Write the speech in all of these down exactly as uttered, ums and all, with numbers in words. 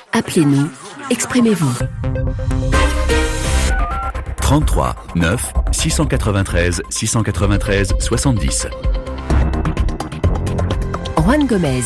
Appelez-nous, exprimez-vous. trente-trois neuf six cent quatre-vingt-treize six cent quatre-vingt-treize soixante-dix. Juan Gomez.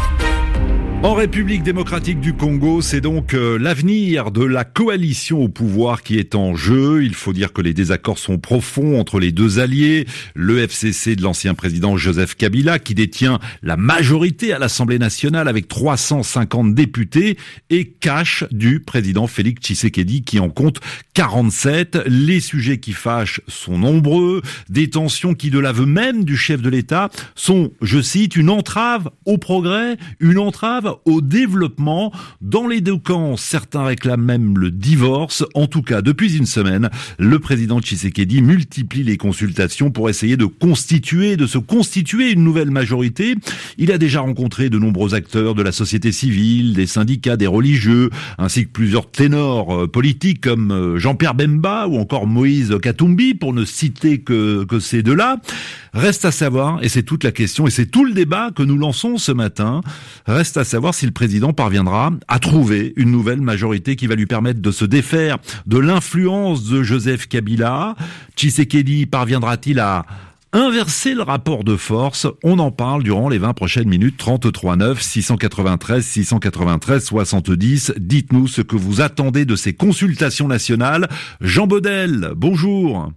En République démocratique du Congo, c'est donc euh, l'avenir de la coalition au pouvoir qui est en jeu. Il faut dire que les désaccords sont profonds entre les deux alliés. Le F C C de l'ancien président Joseph Kabila, qui détient la majorité à l'Assemblée nationale avec trois cent cinquante députés, et Cash du président Félix Tshisekedi, qui en compte quarante-sept. Les sujets qui fâchent sont nombreux. Des tensions qui, de l'aveu même du chef de l'État, sont, je cite, une entrave au progrès, une entrave au développement. Dans les deux camps, certains réclament même le divorce. En tout cas, depuis une semaine, le président Tshisekedi multiplie les consultations pour essayer de constituer, de se constituer une nouvelle majorité. Il a déjà rencontré de nombreux acteurs de la société civile, des syndicats, des religieux, ainsi que plusieurs ténors politiques comme Jean-Pierre Bemba ou encore Moïse Katumbi, pour ne citer que, que ces deux-là. Reste à savoir, et c'est toute la question, et c'est tout le débat que nous lançons ce matin, reste à savoir si le président parviendra à trouver une nouvelle majorité qui va lui permettre de se défaire de l'influence de Joseph Kabila. Tshisekedi parviendra-t-il à inverser le rapport de force? On en parle durant les vingt prochaines minutes. Trente-trois neuf six cent quatre-vingt-treize six cent quatre-vingt-treize soixante-dix. Dites-nous ce que vous attendez de ces consultations nationales. Jean Baudel, bonjour.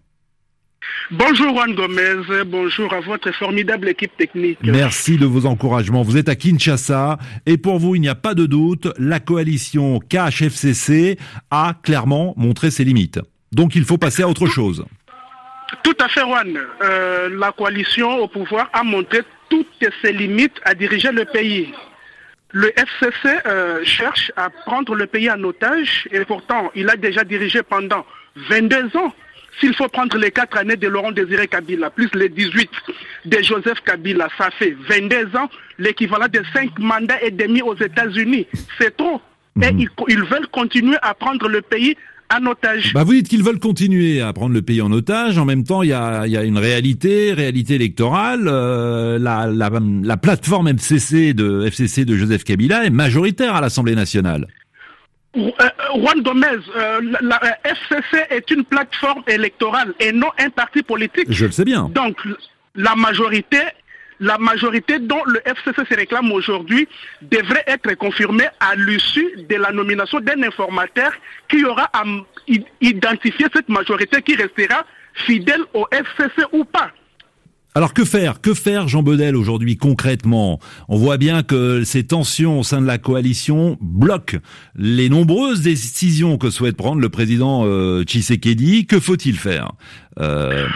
Bonjour Juan Gomez, bonjour à votre formidable équipe technique. Merci de vos encouragements. Vous êtes à Kinshasa et pour vous, il n'y a pas de doute, la coalition Cash F C C a clairement montré ses limites. Donc il faut passer à autre chose. Tout à fait Juan. Euh, la coalition au pouvoir a montré toutes ses limites à diriger le pays. Le F C C euh, cherche à prendre le pays en otage et pourtant il a déjà dirigé pendant vingt-deux ans. S'il faut prendre les quatre années de Laurent Désiré Kabila, plus les dix-huit de Joseph Kabila, ça fait vingt-deux ans, l'équivalent de cinq mandats et demi aux États-Unis. C'est trop. Mmh. Et ils, ils veulent continuer à prendre le pays en otage. Bah vous dites qu'ils veulent continuer à prendre le pays en otage. En même temps, il y a, y a une réalité, réalité électorale. Euh, la, la, la plateforme M C C de, F C C de Joseph Kabila est majoritaire à l'Assemblée nationale. Euh, Juan Gomez, euh, la, la F C C est une plateforme électorale et non un parti politique. Je le sais bien. Donc la majorité, la majorité dont le F C C se réclame aujourd'hui devrait être confirmée à l'issue de la nomination d'un informateur qui aura à identifier cette majorité qui restera fidèle au F C C ou pas. Alors que faire? Que faire, Jean Baudel, aujourd'hui, concrètement? On voit bien que ces tensions au sein de la coalition bloquent les nombreuses décisions que souhaite prendre le président euh, Tshisekedi. Que faut-il faire? euh...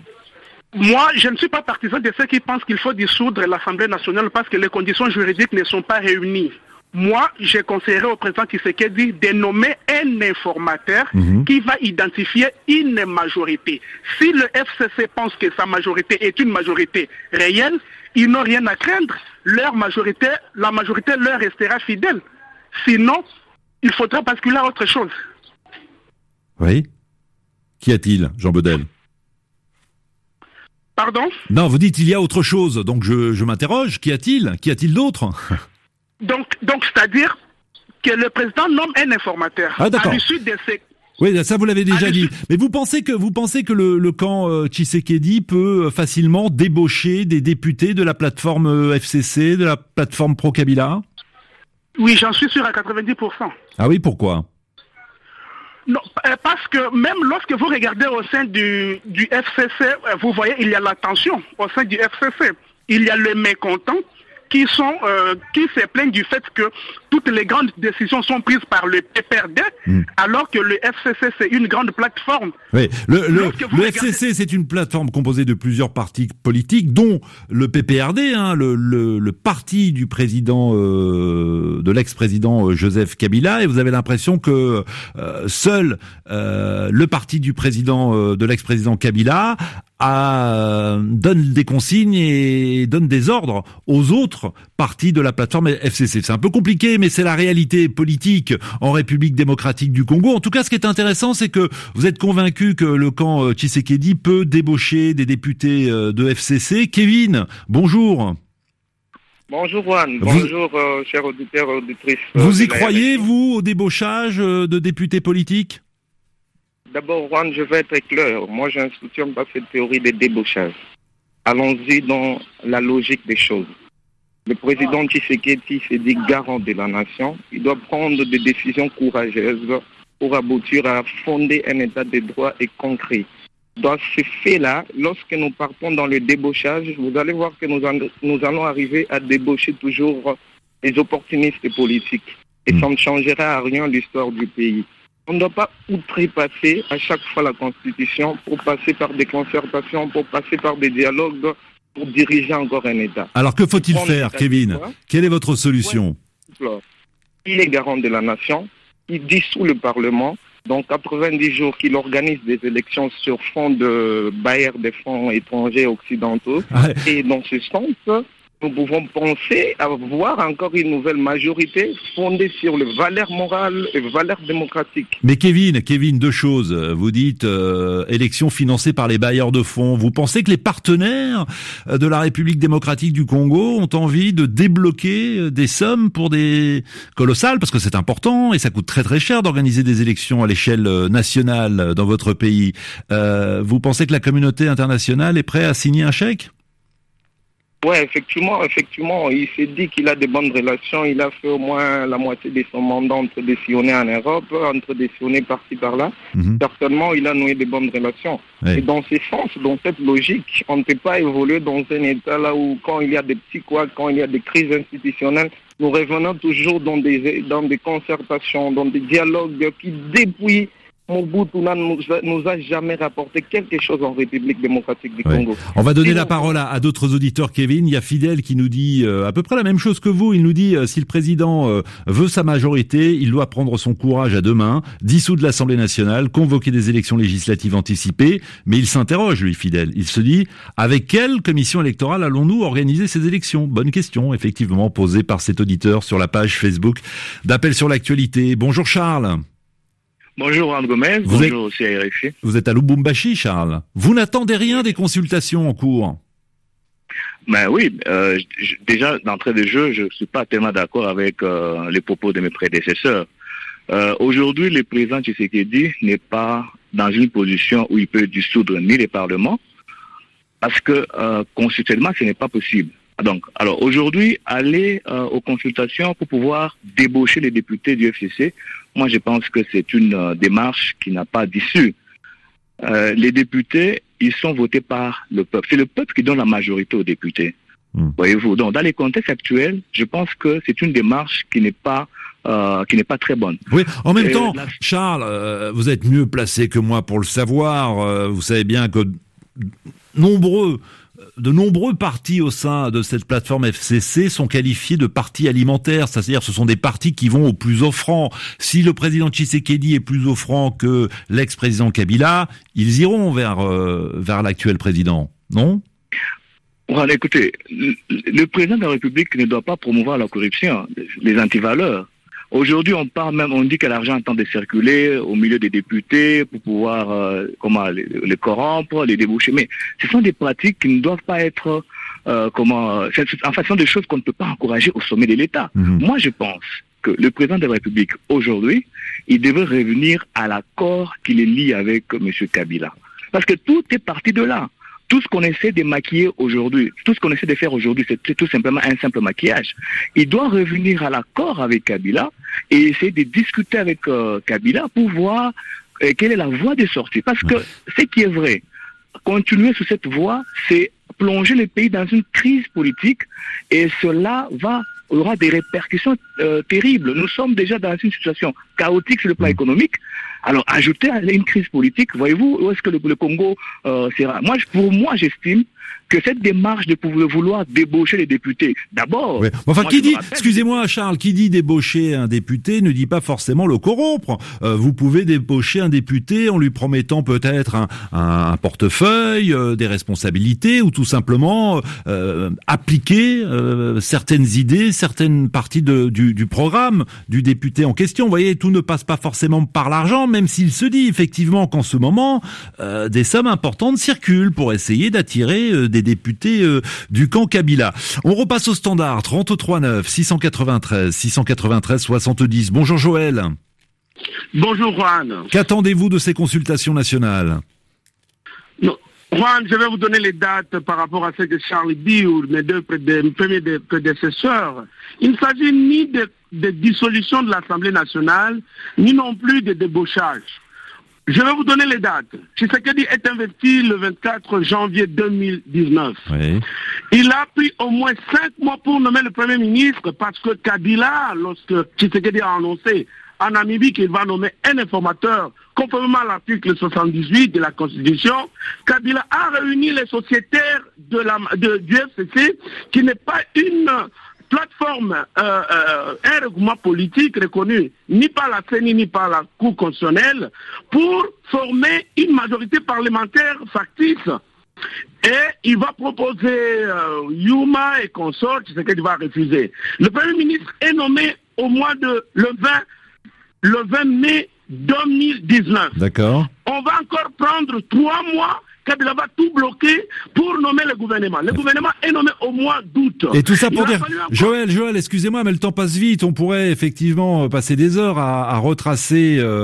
Moi, je ne suis pas partisan de ceux qui pensent qu'il faut dissoudre l'Assemblée nationale parce que les conditions juridiques ne sont pas réunies. Moi, je conseillerais au président Tshisekedi de nommer un informateur mmh. qui va identifier une majorité. Si le F C C pense que sa majorité est une majorité réelle, ils n'ont rien à craindre. Leur majorité, la majorité leur restera fidèle. Sinon, il faudra basculer à autre chose. Oui. Qu'y a-t-il, Jean Baudel? Pardon? Non, vous dites il y a autre chose, donc je, je m'interroge. Qu'y a-t-il? Qu'y a-t-il d'autre? Donc, donc c'est-à-dire que le président nomme un informateur ah, à l'issue de ces... Oui, ça vous l'avez déjà dit. Mais vous pensez que vous pensez que le, le camp euh, Tshisekedi peut facilement débaucher des députés de la plateforme euh, F C C, de la plateforme pro-Kabila? Oui, j'en suis sûr à quatre-vingt-dix pour cent. Ah oui, pourquoi? Non, parce que même lorsque vous regardez au sein du, du F C C, vous voyez, il y a la tension au sein du F C C. Il y a le mécontent qui sont euh, qui se plaignent du fait que toutes les grandes décisions sont prises par le P P R D, mmh. alors que le F C C c'est une grande plateforme. Oui, le, le, le regardez... F C C c'est une plateforme composée de plusieurs partis politiques, dont le P P R D, hein, le, le, le parti du président, euh, de l'ex-président Joseph Kabila, et vous avez l'impression que euh, seul euh, le parti du président, euh, de l'ex-président Kabila à, donne des consignes et donne des ordres aux autres partis de la plateforme F C C. C'est un peu compliqué, mais c'est la réalité politique en République démocratique du Congo. En tout cas, ce qui est intéressant, c'est que vous êtes convaincu que le camp Tshisekedi peut débaucher des députés de F C C. Kevin, bonjour. Bonjour Juan, bonjour euh, chers auditeurs et auditrices. Vous y croyez, vous, au débauchage de députés politiques? D'abord Juan, je vais être clair. Moi, je ne soutiens pas cette théorie de débauchage. Allons-y dans la logique des choses. Le président Tshisekedi s'est dit garant de la nation. Il doit prendre des décisions courageuses pour aboutir à fonder un état de droit et concret. Dans ce fait-là, lorsque nous partons dans le débauchage, vous allez voir que nous, en, nous allons arriver à débaucher toujours les opportunistes politiques. Et ça ne changera à rien l'histoire du pays. On ne doit pas outrepasser à chaque fois la Constitution pour passer par des concertations, pour passer par des dialogues, pour diriger encore un État. Alors que faut-il faire, Kevin? Quelle est votre solution? Ouais. Il est garant de la nation, il dissout le Parlement. Donc quatre-vingt-dix jours qu'il organise des élections sur fond de bailleurs des fonds étrangers occidentaux. Ouais. Et dans ce sens, nous pouvons penser à voir encore une nouvelle majorité fondée sur les valeurs morales et les valeurs démocratiques. Mais Kevin, Kevin, deux choses. Vous dites euh, élections financées par les bailleurs de fonds. Vous pensez que les partenaires de la République démocratique du Congo ont envie de débloquer des sommes pour des colossales, parce que c'est important et ça coûte très très cher d'organiser des élections à l'échelle nationale dans votre pays. Euh, vous pensez que la communauté internationale est prête à signer un chèque ? Oui, effectivement, effectivement, il s'est dit qu'il a de bonnes relations. Il a fait au moins la moitié de son mandat entre des sillonnés en Europe, entre des sillonnés par-ci par-là. Mm-hmm. Certainement, il a noué de bonnes relations. Oui. Et dans ce sens, dans cette logique, on ne peut pas évoluer dans un état là où, quand il y a des petits couacs, quand il y a des crises institutionnelles, nous revenons toujours dans des, dans des concertations, dans des dialogues qui, depuis Mobutu ne nous a jamais rapporté quelque chose en République démocratique du ouais. Congo. On va donner et la on... parole à, à d'autres auditeurs, Kevin. Il y a Fidèle qui nous dit euh, à peu près la même chose que vous. Il nous dit euh, si le président euh, veut sa majorité, il doit prendre son courage à deux mains, dissoudre l'Assemblée nationale, convoquer des élections législatives anticipées. Mais il s'interroge, lui, Fidèle. Il se dit avec quelle commission électorale allons-nous organiser ces élections? Bonne question, effectivement, posée par cet auditeur sur la page Facebook d'Appel sur l'actualité. Bonjour Charles. Bonjour Juan Gomez, vous bonjour aussi à R F I. Vous êtes à Lubumbashi, Charles. Vous n'attendez rien des consultations en cours? Ben oui, euh, je, déjà d'entrée de jeu, je ne suis pas tellement d'accord avec euh, les propos de mes prédécesseurs. Euh, aujourd'hui, le président Tshisekedi n'est pas dans une position où il peut dissoudre ni les parlements, parce que euh, constitutionnellement, ce n'est pas possible. Donc, alors aujourd'hui, aller euh, aux consultations pour pouvoir débaucher les députés du F C C, moi je pense que c'est une euh, démarche qui n'a pas d'issue. Euh, les députés, ils sont votés par le peuple. C'est le peuple qui donne la majorité aux députés. Mmh. Voyez-vous. Donc, dans les contextes actuels, je pense que c'est une démarche qui n'est pas euh, qui n'est pas très bonne. Oui. En même Et temps, la... Charles, euh, vous êtes mieux placé que moi pour le savoir. Euh, vous savez bien que nombreux De nombreux partis au sein de cette plateforme F C C sont qualifiés de partis alimentaires, c'est-à-dire ce sont des partis qui vont au plus offrant. Si le président Tshisekedi est plus offrant que l'ex-président Kabila, ils iront vers euh, vers l'actuel président, non? Voilà, écoutez, le, le président de la République ne doit pas promouvoir la corruption, les antivaleurs. Aujourd'hui, on parle même, on dit que l'argent tente de circuler au milieu des députés pour pouvoir, euh, comment, les, les corrompre, les déboucher. Mais ce sont des pratiques qui ne doivent pas être, euh, comment, en fait, ce sont des choses qu'on ne peut pas encourager au sommet de l'État. Mmh. Moi, je pense que le président de la République, aujourd'hui, il devrait revenir à l'accord qui les lie avec M. Kabila. Parce que tout est parti de là. Tout ce qu'on essaie de maquiller aujourd'hui, tout ce qu'on essaie de faire aujourd'hui, c'est tout simplement un simple maquillage. Il doit revenir à l'accord avec Kabila et essayer de discuter avec euh, Kabila pour voir euh, quelle est la voie de sortie. Parce que ce qui est vrai, continuer sur cette voie, c'est plonger le pays dans une crise politique et cela va aura des répercussions euh, terribles. Nous sommes déjà dans une situation chaotique sur le plan économique. Alors, ajouter à une crise politique, voyez-vous, où est-ce que le, le Congo euh, sera? Moi, pour moi, j'estime que cette démarche de pouvoir vouloir débaucher les députés, d'abord... Oui. Enfin, moi, qui dit, rappelle... excusez-moi Charles, qui dit débaucher un député ne dit pas forcément le corrompre. Euh, vous pouvez débaucher un député en lui promettant peut-être un, un, un portefeuille, euh, des responsabilités, ou tout simplement euh, appliquer euh, certaines idées, certaines parties de, du, du programme du député en question. Vous voyez, tout ne passe pas forcément par l'argent, même s'il se dit effectivement qu'en ce moment, euh, des sommes importantes circulent pour essayer d'attirer euh, des députés euh, du camp Kabila. On repasse au standard, trente-trois neuf, six cent quatre-vingt-treize, six cent quatre-vingt-treize, soixante-dix. Bonjour Joël. Bonjour Juan. Qu'attendez-vous de ces consultations nationales? Non. Juan, je vais vous donner les dates par rapport à ce que Charles dit, ou mes deux prédé- premiers dé- prédécesseurs. Il ne s'agit ni de, de dissolution de l'Assemblée nationale, ni non plus de débauchage. Je vais vous donner les dates. Tshisekedi est investi le vingt-quatre janvier deux mille dix-neuf. Oui. Il a pris au moins cinq mois pour nommer le Premier ministre parce que Kabila, lorsque Tshisekedi a annoncé en Namibie qu'il va nommer un informateur conformément à l'article soixante-dix-huit de la Constitution, Kabila a réuni les sociétaires de la, de, du F C C, qui n'est pas une plateforme, euh, euh, un regroupement politique reconnu ni par la C E N I ni par la Cour constitutionnelle, pour former une majorité parlementaire factice. Et il va proposer euh, Yuma et consorts, c'est ce qu'il va refuser. Le Premier ministre est nommé au mois de le vingt, le vingt mai deux mille dix-neuf. D'accord. On va encore prendre trois mois. Kabila va tout bloquer pour nommer le gouvernement. Le gouvernement est nommé au mois d'août. Et tout ça pour Il dire, encore... Joël, Joël, excusez-moi, mais le temps passe vite. On pourrait effectivement passer des heures à, à retracer euh,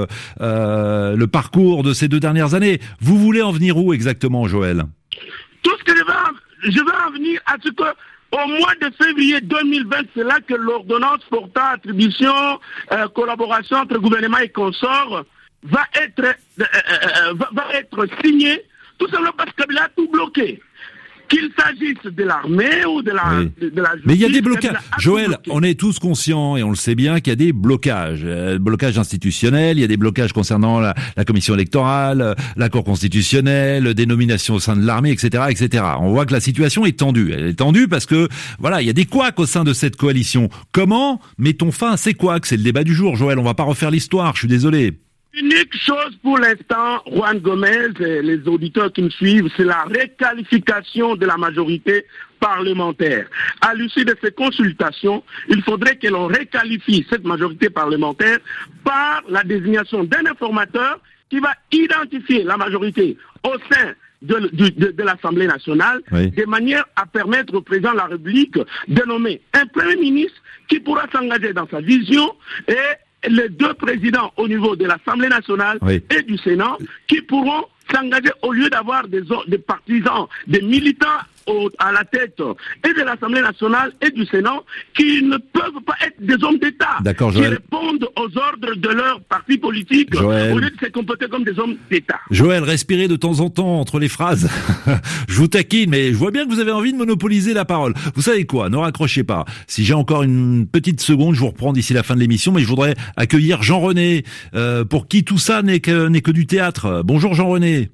euh, le parcours de ces deux dernières années. Vous voulez en venir où exactement, Joël? Tout ce que je veux, en, je veux en venir à ce que au mois de février deux mille vingt, c'est là que l'ordonnance portant attribution, euh, collaboration entre gouvernement et consorts va être, euh, euh, va, va être signée. Tout simplement parce que Kabila a tout bloqué. Qu'il s'agisse de l'armée ou de la, oui. de, de la justice. Mais il y a des blocages. Joël, on est tous conscients et on le sait bien qu'il y a des blocages. Euh, blocages institutionnels, il y a des blocages concernant la, la commission électorale, la Cour constitutionnelle, des nominations au sein de l'armée, et cetera, et cetera. On voit que la situation est tendue. Elle est tendue parce que, voilà, il y a des couacs au sein de cette coalition. Comment mettons fin à ces couacs? C'est le débat du jour, Joël. On va pas refaire l'histoire, je suis désolé. Unique chose pour l'instant, Juan Gomez et les auditeurs qui me suivent, c'est la réqualification de la majorité parlementaire. À l'issue de ces consultations, il faudrait que l'on réqualifie cette majorité parlementaire par la désignation d'un informateur qui va identifier la majorité au sein de, de, de, de l'Assemblée nationale, oui. de manière à permettre au président de la République de nommer un Premier ministre qui pourra s'engager dans sa vision et les deux présidents au niveau de l'Assemblée nationale oui. et du Sénat qui pourront s'engager au lieu d'avoir des, des partisans, des militants au, à la tête et de l'Assemblée nationale et du Sénat qui ne peuvent pas être des hommes d'État, D'accord, qui répondent aux ordres de leur parti politique Joël. Au lieu de se comporter comme des hommes d'État. Joël, respirez de temps en temps entre les phrases. Je vous taquine, mais je vois bien que vous avez envie de monopoliser la parole. Vous savez quoi, ne raccrochez pas. Si j'ai encore une petite seconde, je vous reprends d'ici la fin de l'émission, mais je voudrais accueillir Jean-René, euh, pour qui tout ça n'est que, n'est que du théâtre. Bonjour Jean-René.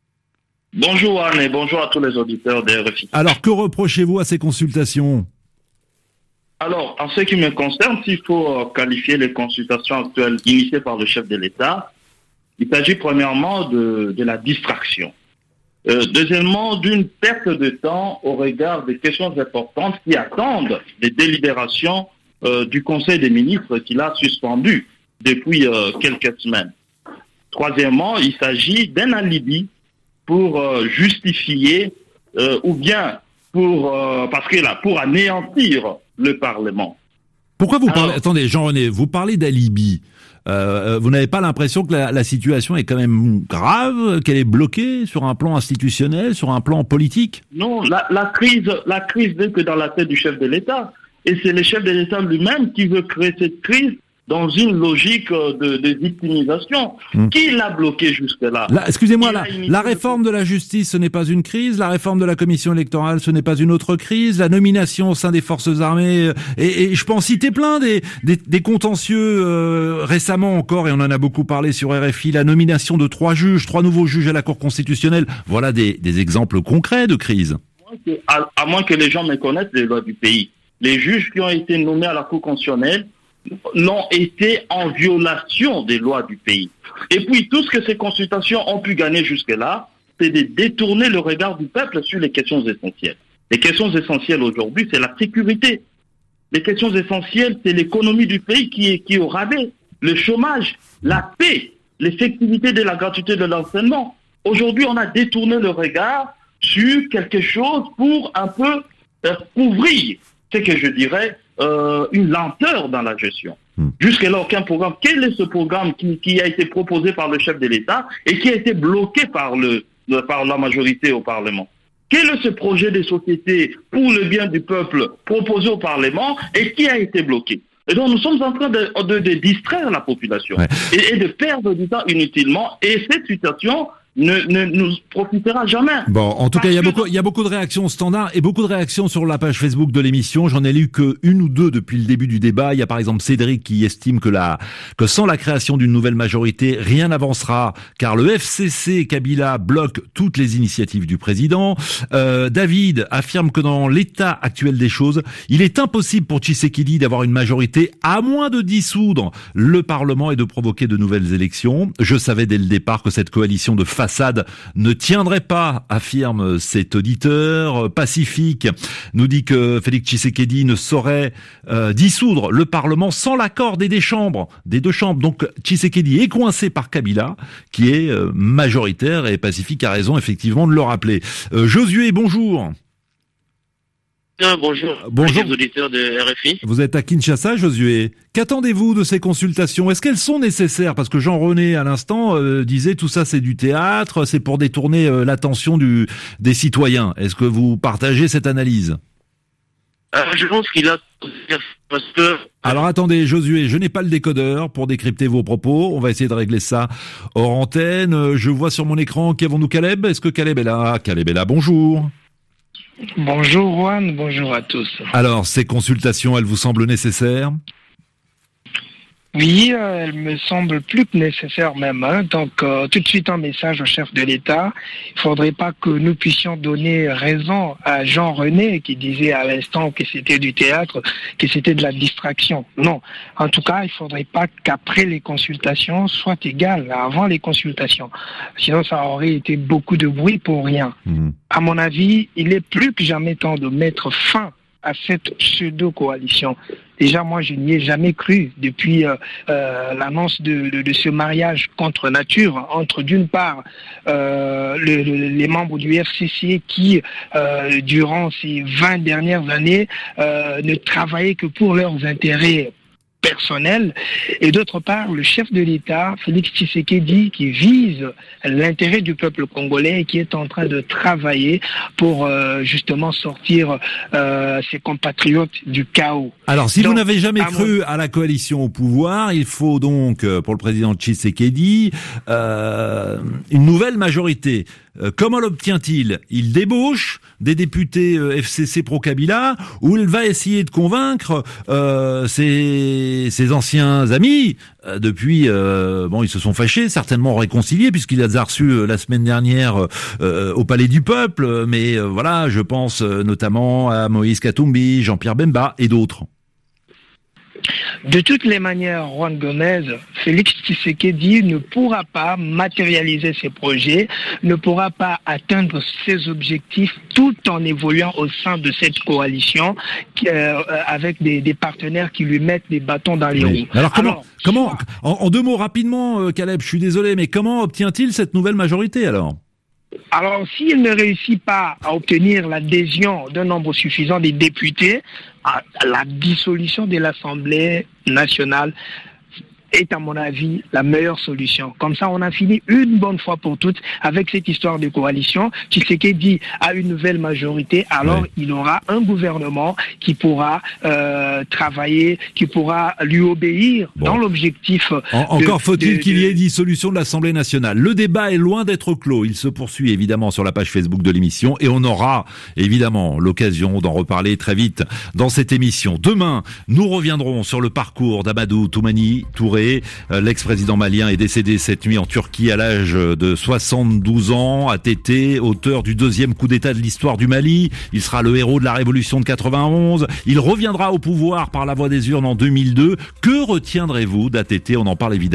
Bonjour Anne et bonjour à tous les auditeurs de R F I. Alors, que reprochez-vous à ces consultations? Alors, en ce qui me concerne, s'il faut qualifier les consultations actuelles initiées par le chef de l'État, il s'agit premièrement de, de la distraction. Euh, deuxièmement, d'une perte de temps au regard des questions importantes qui attendent les délibérations euh, du Conseil des ministres qu'il a suspendu depuis euh, quelques semaines. Troisièmement, il s'agit d'un alibi pour euh, justifier euh, ou bien pour euh, parce que là pour anéantir le Parlement. Pourquoi vous parlez Alors, attendez Jean-René, vous parlez d'alibi. Euh, vous n'avez pas l'impression que la, la situation est quand même grave, qu'elle est bloquée sur un plan institutionnel, sur un plan politique? Non, la, la crise la crise n'est que dans la tête du chef de l'État et c'est le chef de l'État lui-même qui veut créer cette crise dans une logique de, de victimisation. Mmh. Qui l'a bloqué jusque-là? Là, excusez-moi, la, la réforme de la justice, ce n'est pas une crise. La réforme de la commission électorale, ce n'est pas une autre crise. La nomination au sein des forces armées, et, et je peux en citer plein, des, des, des contentieux euh, récemment encore, et on en a beaucoup parlé sur R F I, la nomination de trois juges, trois nouveaux juges à la Cour constitutionnelle. Voilà des, des exemples concrets de crise. À, à moins que les gens méconnaissent les lois du pays. Les juges qui ont été nommés à la Cour constitutionnelle n'ont été en violation des lois du pays. Et puis, tout ce que ces consultations ont pu gagner jusque-là, c'est de détourner le regard du peuple sur les questions essentielles. Les questions essentielles aujourd'hui, c'est la sécurité. Les questions essentielles, c'est l'économie du pays qui est, qui est au rabais, le chômage, la paix, l'effectivité de la gratuité de l'enseignement. Aujourd'hui, on a détourné le regard sur quelque chose pour un peu euh, couvrir ce que je dirais euh, une lenteur dans la gestion. Mmh. Jusque-là, aucun programme. Quel est ce programme qui, qui a été proposé par le chef de l'État et qui a été bloqué par, le, le, par la majorité au Parlement? Quel est ce projet de société pour le bien du peuple proposé au Parlement et qui a été bloqué? Et donc nous sommes en train de, de, de distraire la population ouais. et, et de perdre du temps inutilement. Et cette situation ne, ne nous profitera jamais. Bon, en tout Parce cas, il y a beaucoup, il y a beaucoup de réactions standards et beaucoup de réactions sur la page Facebook de l'émission. J'en ai lu que une ou deux depuis le début du débat. Il y a par exemple Cédric qui estime que la, que sans la création d'une nouvelle majorité, rien n'avancera, car le F C C Kabila bloque toutes les initiatives du président. Euh, David affirme que dans l'état actuel des choses, il est impossible pour Tshisekedi d'avoir une majorité à moins de dissoudre le Parlement et de provoquer de nouvelles élections. Je savais dès le départ que cette coalition de façade ne tiendrait pas, affirme cet auditeur. Pacifique nous dit que Félix Tshisekedi ne saurait euh, dissoudre le Parlement sans l'accord des deux chambres, des deux chambres. Donc Tshisekedi est coincé par Kabila, qui est euh, majoritaire, et Pacifique a raison effectivement de le rappeler. Euh, Josué, bonjour. Bien, bonjour. Bonjour. Les auditeurs de R F I. Vous êtes à Kinshasa, Josué. Qu'attendez-vous de ces consultations? Est-ce qu'elles sont nécessaires? Parce que Jean-René, à l'instant, euh, disait tout ça c'est du théâtre, c'est pour détourner euh, l'attention du, des citoyens. Est-ce que vous partagez cette analyse? euh, Je pense qu'il a... Parce que... Alors attendez, Josué, je n'ai pas le décodeur pour décrypter vos propos. On va essayer de régler ça hors antenne. Je vois sur mon écran, qu'avons-nous Caleb? Est-ce que Caleb est là? Caleb est là, bonjour. Bonjour Juan, bonjour à tous. Alors, ces consultations, elles vous semblent nécessaires? Oui, euh, elle me semble plus que nécessaire même. Hein. Donc, euh, tout de suite un message au chef de l'État. Il faudrait pas que nous puissions donner raison à Jean-René qui disait à l'instant que c'était du théâtre, que c'était de la distraction. Non. En tout cas, il faudrait pas qu'après les consultations soit égal avant les consultations. Sinon, ça aurait été beaucoup de bruit pour rien. Mmh. À mon avis, il est plus que jamais temps de mettre fin à cette pseudo-coalition. Déjà, moi, je n'y ai jamais cru depuis euh, euh, l'annonce de, de, de ce mariage contre nature entre, d'une part, euh, le, le, les membres du F C C qui, euh, durant ces vingt dernières années, euh, ne travaillaient que pour leurs intérêts personnel, et d'autre part le chef de l'État, Félix Tshisekedi, qui vise l'intérêt du peuple congolais et qui est en train de travailler pour euh, justement sortir euh, ses compatriotes du chaos. Alors si donc, vous n'avez jamais à cru mon... à la coalition au pouvoir, il faut donc, pour le président Tshisekedi, euh, une nouvelle majorité. Euh, comment l'obtient-il? Il débauche des députés euh, F C C pro-Kabila, ou il va essayer de convaincre euh, ses, ses anciens amis euh, depuis, euh, bon, ils se sont fâchés, certainement réconciliés, puisqu'il les a reçus euh, la semaine dernière euh, au Palais du Peuple, mais euh, voilà, je pense euh, notamment à Moïse Katumbi, Jean-Pierre Bemba et d'autres. De toutes les manières, Juan Gomez, Félix Tshisekedi ne pourra pas matérialiser ses projets, ne pourra pas atteindre ses objectifs tout en évoluant au sein de cette coalition euh, avec des, des partenaires qui lui mettent des bâtons dans les oui. roues. Alors comment, alors, comment soit... en, en deux mots rapidement, Caleb, je suis désolé, mais comment obtient-il cette nouvelle majorité alors ? Alors, s'il ne réussit pas à obtenir l'adhésion d'un nombre suffisant des députés, la dissolution de l'Assemblée nationale est, à mon avis, la meilleure solution. Comme ça, on a fini une bonne fois pour toutes avec cette histoire de coalition. Tshisekedi a une nouvelle majorité, alors oui. il aura un gouvernement qui pourra euh, travailler, qui pourra lui obéir bon. dans l'objectif. En, de, encore faut-il de, qu'il y ait dissolution de l'Assemblée nationale. Le débat est loin d'être clos. Il se poursuit évidemment sur la page Facebook de l'émission et on aura évidemment l'occasion d'en reparler très vite dans cette émission. Demain, nous reviendrons sur le parcours d'Amadou Toumani Touré. L'ex-président malien est décédé cette nuit en Turquie à l'âge de soixante-douze ans. A T T, auteur du deuxième coup d'État de l'histoire du Mali. Il sera le héros de la révolution de quatre-vingt-onze. Il reviendra au pouvoir par la voie des urnes en deux mille deux. Que retiendrez-vous d'A T T? On en parle évidemment.